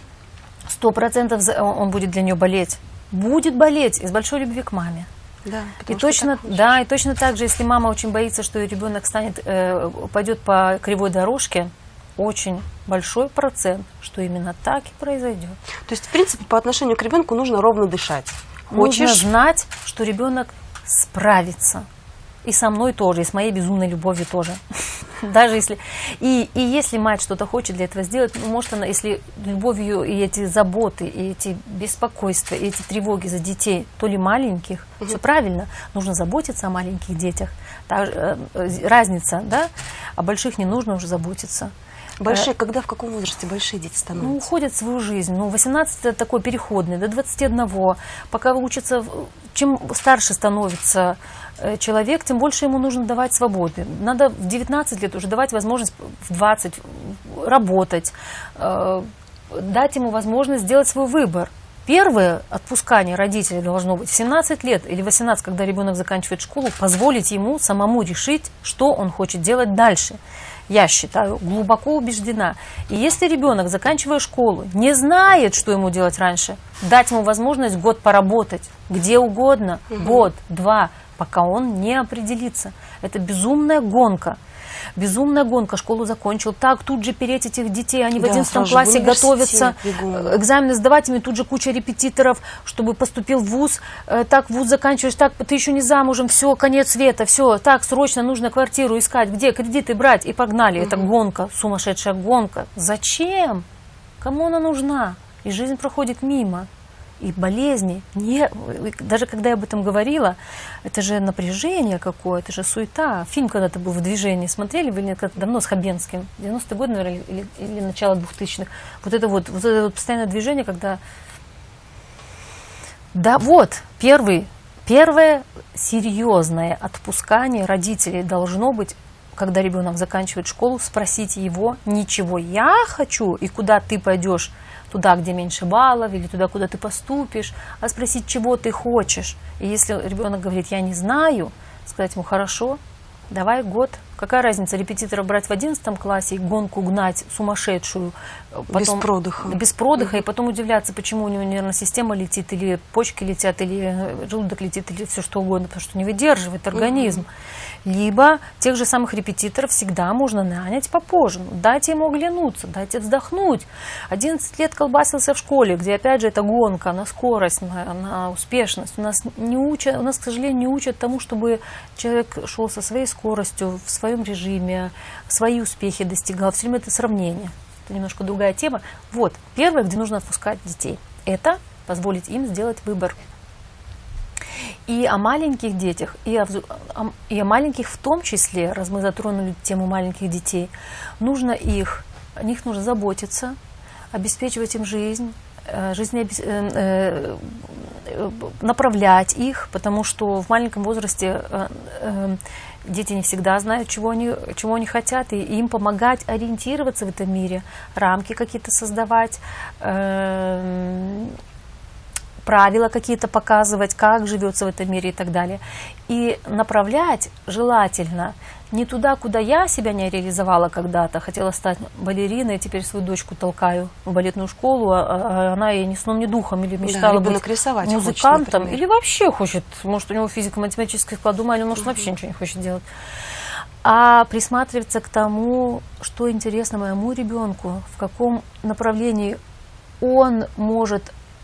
[SPEAKER 2] 100% он будет для нее болеть. Будет болеть из большой любви к маме.
[SPEAKER 1] Да,
[SPEAKER 2] и точно так же, если мама очень боится, что ее ребенок пойдет по кривой дорожке, очень большой процент, что именно так и произойдет.
[SPEAKER 1] То есть, в принципе, по отношению к ребенку нужно ровно дышать.
[SPEAKER 2] Нужно знать, что ребенок справится. И со мной тоже, и с моей безумной любовью тоже. Даже если... И если мать что-то хочет для этого сделать, ну, может она, если любовью и эти заботы, и эти беспокойства, и эти тревоги за детей, то ли маленьких, все правильно, нужно заботиться о маленьких детях. Разница, да? О больших не нужно уже заботиться.
[SPEAKER 1] Большие, когда, в каком возрасте большие дети становятся?
[SPEAKER 2] Ну, уходят в свою жизнь. Ну, 18 это такой переходный, до 21. Пока учатся, чем старше становится человек, тем больше ему нужно давать свободы. Надо в 19 лет уже давать возможность в 20 работать, дать ему возможность сделать свой выбор. Первое отпускание родителей должно быть в 17 лет или 18, когда ребенок заканчивает школу, позволить ему самому решить, что он хочет делать дальше. Я считаю, глубоко убеждена. И если ребенок, заканчивая школу, не знает, что ему делать раньше, дать ему возможность год поработать, где угодно, год, два, пока он не определится. Это безумная гонка. Безумная гонка, школу закончил, так, тут же переть этих детей, они в 11 классе готовятся, экзамены сдавать, им тут же куча репетиторов, чтобы поступил в вуз, так, вуз заканчиваешь, так, ты еще не замужем, все, конец света, все, так, срочно нужно квартиру искать, где, кредиты брать, и погнали. Это гонка, сумасшедшая гонка. Зачем? Кому она нужна? И жизнь проходит мимо. И болезни, даже когда я об этом говорила, это же напряжение какое-то, это же суета. Фильм когда-то был «В движении», смотрели вы как-то давно с Хабенским, 90-е годы, наверное, или начало 2000-х. Вот это вот постоянное движение, когда... Да, вот, первое серьезное отпускание родителей должно быть, когда ребенок заканчивает школу, спросить его ничего «я хочу» и куда ты пойдешь, туда, где меньше баллов, или туда, куда ты поступишь, а спросить, чего ты хочешь. И если ребенок говорит, я не знаю, сказать ему, хорошо, давай год. Какая разница, репетитора брать в 11 классе и гонку гнать сумасшедшую. Потом, без продыха. И потом удивляться, почему у него нервная система летит, или почки летят, или желудок летит, или все что угодно, потому что не выдерживает организм. Либо тех же самых репетиторов всегда можно нанять попозже. Дайте ему оглянуться, дайте вздохнуть. 11 лет колбасился в школе, где опять же это гонка на скорость, на успешность. У нас, к сожалению, не учат тому, чтобы человек шел со своей скоростью, в своем режиме, свои успехи достигал. Все время это сравнение. Это немножко другая тема. Вот, первое, где нужно отпускать детей, это позволить им сделать выбор. И о маленьких детях, и о маленьких в том числе, раз мы затронули тему маленьких детей, о них нужно заботиться, обеспечивать им жизнь, направлять их, потому что в маленьком возрасте дети не всегда знают, чего они хотят, и им помогать ориентироваться в этом мире, рамки какие-то создавать, правила какие-то показывать, как живется в этом мире и так далее. И направлять желательно не туда, куда я себя не реализовала когда-то, хотела стать балериной, теперь свою дочку толкаю в балетную школу, а она ей ни сном, ни духом, или мечтала быть музыкантом, хочет, или вообще хочет, может, у него физико-математический склад ума, или может, вообще ничего не хочет делать. А присматриваться к тому, что интересно моему ребенку, в каком направлении он может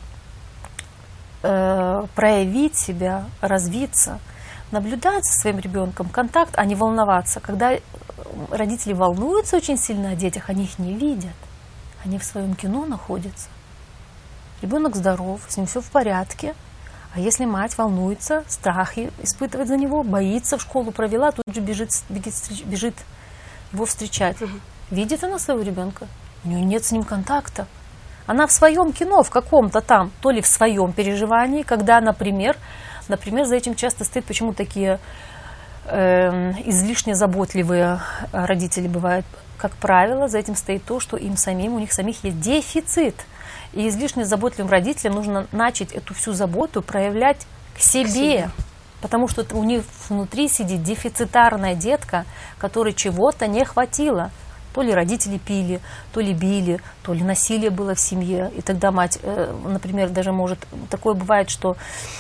[SPEAKER 2] проявить себя, развиться, наблюдать за своим ребенком, контакт, а не волноваться. Когда родители волнуются очень сильно о детях, они их не видят. Они в своем кино находятся. Ребенок здоров, с ним все в порядке. А если мать волнуется, страх испытывает за него, боится, в школу провела, тут же бежит его встречать. Видит она своего ребенка? У нее нет с ним контакта. Она в своем кино, в каком-то там, то ли в своем переживании, когда, например, за этим часто стоит, почему такие излишне заботливые родители бывают. Как правило, за этим стоит то, что у них самих есть дефицит. И излишне заботливым родителям нужно начать эту всю заботу проявлять к себе. Потому что у них внутри сидит дефицитарная детка, которой чего-то не хватило. То ли родители пили, то ли били, то ли насилие было в семье. И тогда мать, например, даже может... Такое бывает, что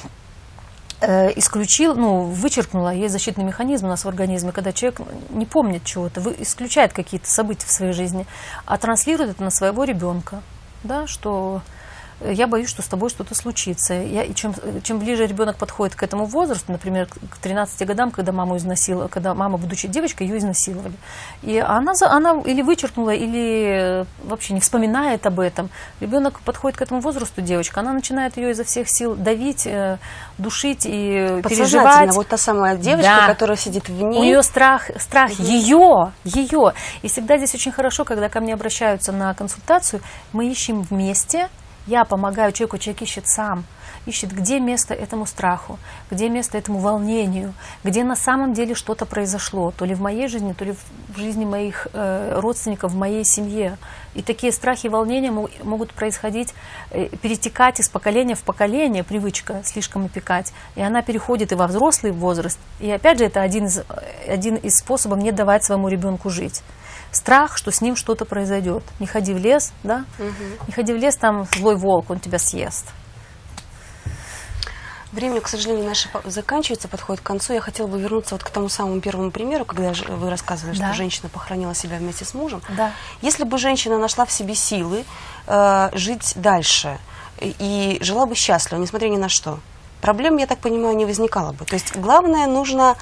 [SPEAKER 2] вычеркнула, есть защитный механизм у нас в организме, когда человек не помнит чего-то, исключает какие-то события в своей жизни, а транслирует это на своего ребенка, да, что я боюсь, что с тобой что-то случится. И чем ближе ребенок подходит к этому возрасту, например, к 13 годам, когда маму изнасиловали, когда мама, будучи девочкой, ее изнасиловали, и она или вычеркнула, или вообще не вспоминает об этом. Ребенок подходит к этому возрасту, девочка, она начинает ее изо всех сил давить, душить и переживать.
[SPEAKER 1] Вот та самая девочка, да, которая сидит в ней.
[SPEAKER 2] У нее страх ее. И всегда здесь очень хорошо, когда ко мне обращаются на консультацию, мы ищем вместе. Я помогаю человеку, человек ищет сам, ищет, где место этому страху, где место этому волнению, где на самом деле что-то произошло, то ли в моей жизни, то ли в жизни моих родственников, в моей семье. И такие страхи и волнения могут происходить, перетекать из поколения в поколение, привычка слишком опекать. И она переходит и во взрослый возраст. И опять же, это один из способов не давать своему ребенку жить. Страх, что с ним что-то произойдет. Не ходи в лес, да? Не ходи в лес, там злой волк, он тебя съест.
[SPEAKER 1] Время, к сожалению, наше заканчивается, подходит к концу. Я хотела бы вернуться вот к тому самому первому примеру, когда вы рассказывали,
[SPEAKER 2] да,
[SPEAKER 1] что женщина похоронила себя вместе с мужем.
[SPEAKER 2] Да.
[SPEAKER 1] Если бы женщина нашла в себе силы жить дальше и жила бы счастливо, несмотря ни на что, проблем, я так понимаю, не возникало бы. То есть главное, нужно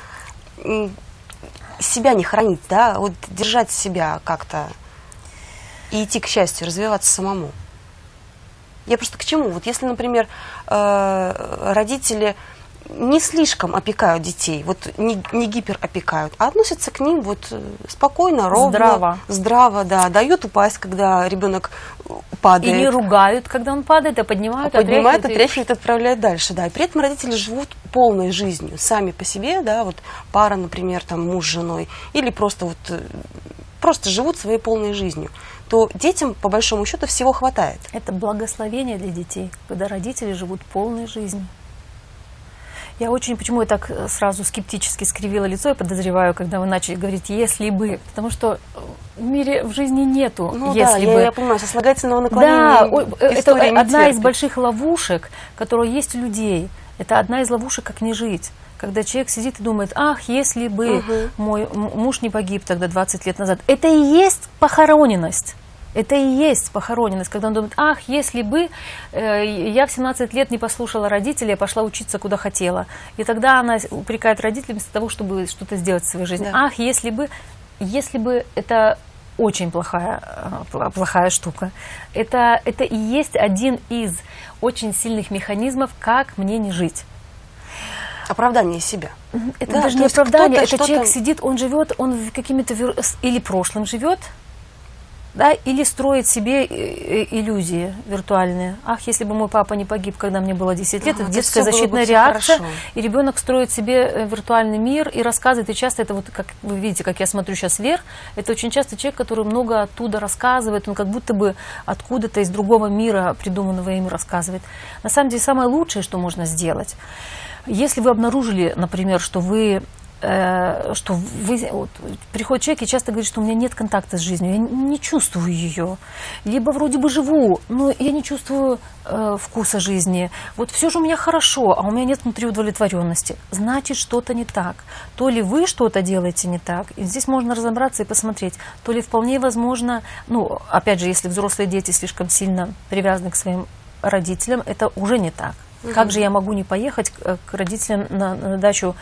[SPEAKER 1] себя не хранить, да, вот держать себя как-то и идти к счастью, развиваться самому. Я просто к чему? Вот если, например, родители не слишком опекают детей, вот не гиперопекают, а относятся к ним вот спокойно, ровно, здраво, да, дают упасть, когда ребенок падает.
[SPEAKER 2] Или ругают, когда он падает, а поднимают,
[SPEAKER 1] отряхивают, отправляют дальше, да. И при этом родители живут полной жизнью, сами по себе, да, вот пара, например, там муж с женой, или просто живут своей полной жизнью, то детям, по большому счету, всего хватает.
[SPEAKER 2] Это благословение для детей, когда родители живут полной жизнью. Почему я так сразу скептически скривила лицо, я подозреваю, когда вы начали говорить «если бы», потому что в мире, в жизни нету «если бы».
[SPEAKER 1] Я понимаю, сослагательного наклонения.
[SPEAKER 2] Да, это одна из больших ловушек, которая есть у людей. Это одна из ловушек, как не жить. Когда человек сидит и думает, ах, если бы мой муж не погиб тогда 20 лет назад. Это и есть похороненность. Это и есть похороненность, когда он думает, ах, если бы я в 17 лет не послушала родителей, я пошла учиться куда хотела. И тогда она упрекает родителей вместо того, чтобы что-то сделать в своей жизни. Да. Ах, если бы это очень плохая штука. Это и есть один из очень сильных механизмов, как мне не жить.
[SPEAKER 1] Оправдание себя.
[SPEAKER 2] Это даже не оправдание, это человек сидит, он живет, он какими-то или прошлым живет, да, или строит себе иллюзии виртуальные. Ах, если бы мой папа не погиб, когда мне было 10 лет, это детская защитная реакция. И ребенок строит себе виртуальный мир и рассказывает. И часто это, вот как вы видите, как я смотрю сейчас вверх, это очень часто человек, который много оттуда рассказывает, он как будто бы откуда-то из другого мира, придуманного им, рассказывает. На самом деле, самое лучшее, что можно сделать, если вы обнаружили, например, что приходит человек и часто говорит, что у меня нет контакта с жизнью, я не чувствую ее. Либо вроде бы живу, но я не чувствую вкуса жизни. Вот все же у меня хорошо, а у меня нет внутри удовлетворенности. Значит, что-то не так. То ли вы что-то делаете не так, и здесь можно разобраться и посмотреть, то ли вполне возможно, опять же, если взрослые дети слишком сильно привязаны к своим родителям, это уже не так. Как же я могу не поехать к родителям на дачу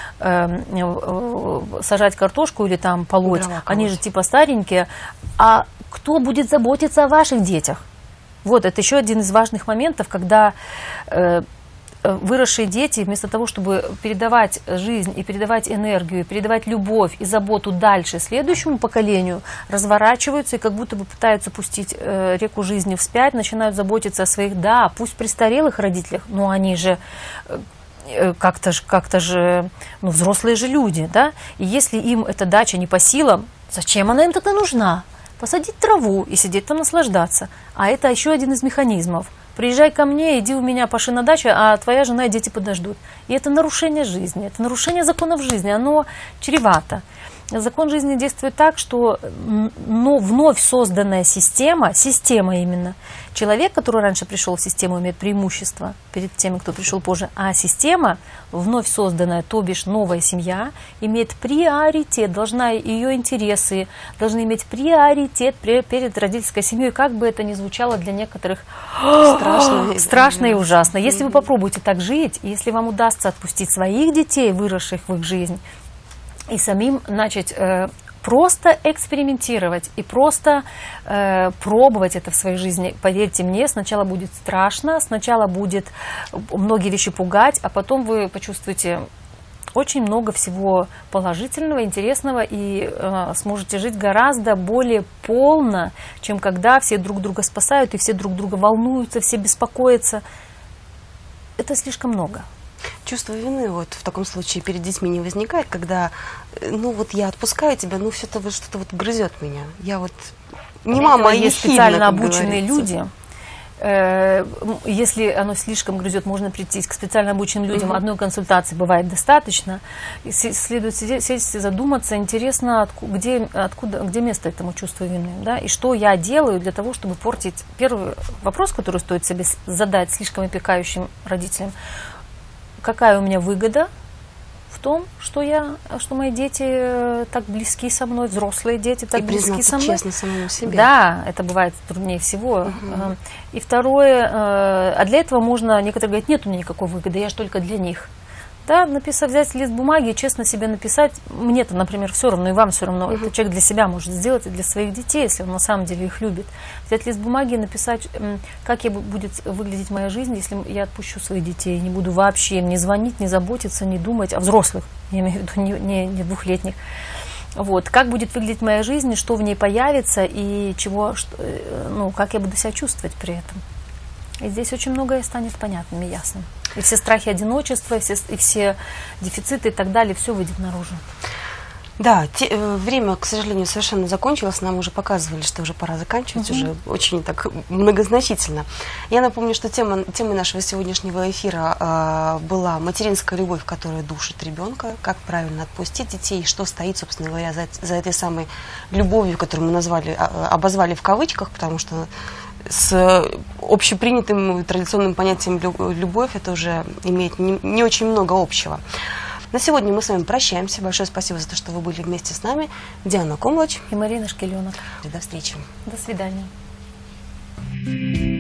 [SPEAKER 2] сажать картошку или там полоть? Они же типа старенькие. А кто будет заботиться о ваших детях? Вот, это еще один из важных моментов, когда выросшие дети, вместо того, чтобы передавать жизнь и передавать энергию, передавать любовь и заботу дальше следующему поколению, разворачиваются и как будто бы пытаются пустить реку жизни вспять, начинают заботиться о своих, да, пусть престарелых родителях, но они же как-то же взрослые же люди, да, и если им эта дача не по силам, зачем она им тогда нужна? посадить траву и сидеть там наслаждаться. А это еще один из механизмов. Приезжай ко мне, иди у меня, паши на даче, а твоя жена и дети подождут. И это нарушение жизни, это нарушение законов жизни, оно чревато. Закон жизни действует так, что вновь созданная система именно, человек, который раньше пришел в систему, имеет преимущество перед теми, кто пришел позже, а система, вновь созданная, то бишь новая семья, имеет приоритет, ее интересы должны иметь приоритет перед родительской семьей, как бы это ни звучало для некоторых страшно и ужасно. Если вы попробуете так жить, если вам удастся отпустить своих детей, выросших в их жизнь, и самим начать просто экспериментировать и просто пробовать это в своей жизни. Поверьте мне, сначала будет страшно, сначала будет многие вещи пугать, а потом вы почувствуете очень много всего положительного, интересного и сможете жить гораздо более полно, чем когда все друг друга спасают и все друг друга волнуются, все беспокоятся. Это слишком много.
[SPEAKER 1] Чувство вины вот в таком случае перед детьми не возникает, когда, ну вот я отпускаю тебя, ну что-то вот грызет меня. Я вот не мама, а
[SPEAKER 2] есть специально обученные люди. Если оно слишком грызет, можно прийти к специально обученным людям. Одной консультации бывает достаточно. Следует сесть и задуматься, интересно, где место этому чувству вины, да? И что я делаю для того, чтобы портить. Первый вопрос, который стоит себе задать слишком опекающим родителям: какая у меня выгода в том, что мои дети так близки со мной, взрослые дети так близки со мной.
[SPEAKER 1] Честно самому себе.
[SPEAKER 2] Да, это бывает труднее всего. И второе, а для этого можно, некоторые говорят, нет у меня никакой выгоды, я же только для них. Да, взять лист бумаги и честно себе написать, мне-то, например, все равно, и вам все равно, это человек для себя может сделать и для своих детей, если он на самом деле их любит. Взять лист бумаги и написать, как будет выглядеть моя жизнь, если я отпущу своих детей, не буду вообще не звонить, не заботиться, не думать о взрослых, я имею в виду не двухлетних. Вот, как будет выглядеть моя жизнь, что в ней появится и как я буду себя чувствовать при этом. И здесь очень многое станет понятным и ясным. И все страхи одиночества, и все дефициты и так далее, все выйдет наружу.
[SPEAKER 1] Да, время, к сожалению, совершенно закончилось. Нам уже показывали, что уже пора заканчивать, уже очень так многозначительно. Я напомню, что темой нашего сегодняшнего эфира была материнская любовь, которая душит ребенка, как правильно отпустить детей, что стоит, собственно говоря, за этой самой любовью, которую мы обозвали в кавычках, потому что с общепринятым традиционным понятием любовь это уже имеет не очень много общего. На сегодня мы с вами прощаемся. Большое спасибо за то, что вы были вместе с нами. Диана Комлач
[SPEAKER 2] и Марина Шкеленок.
[SPEAKER 1] До встречи.
[SPEAKER 2] До свидания.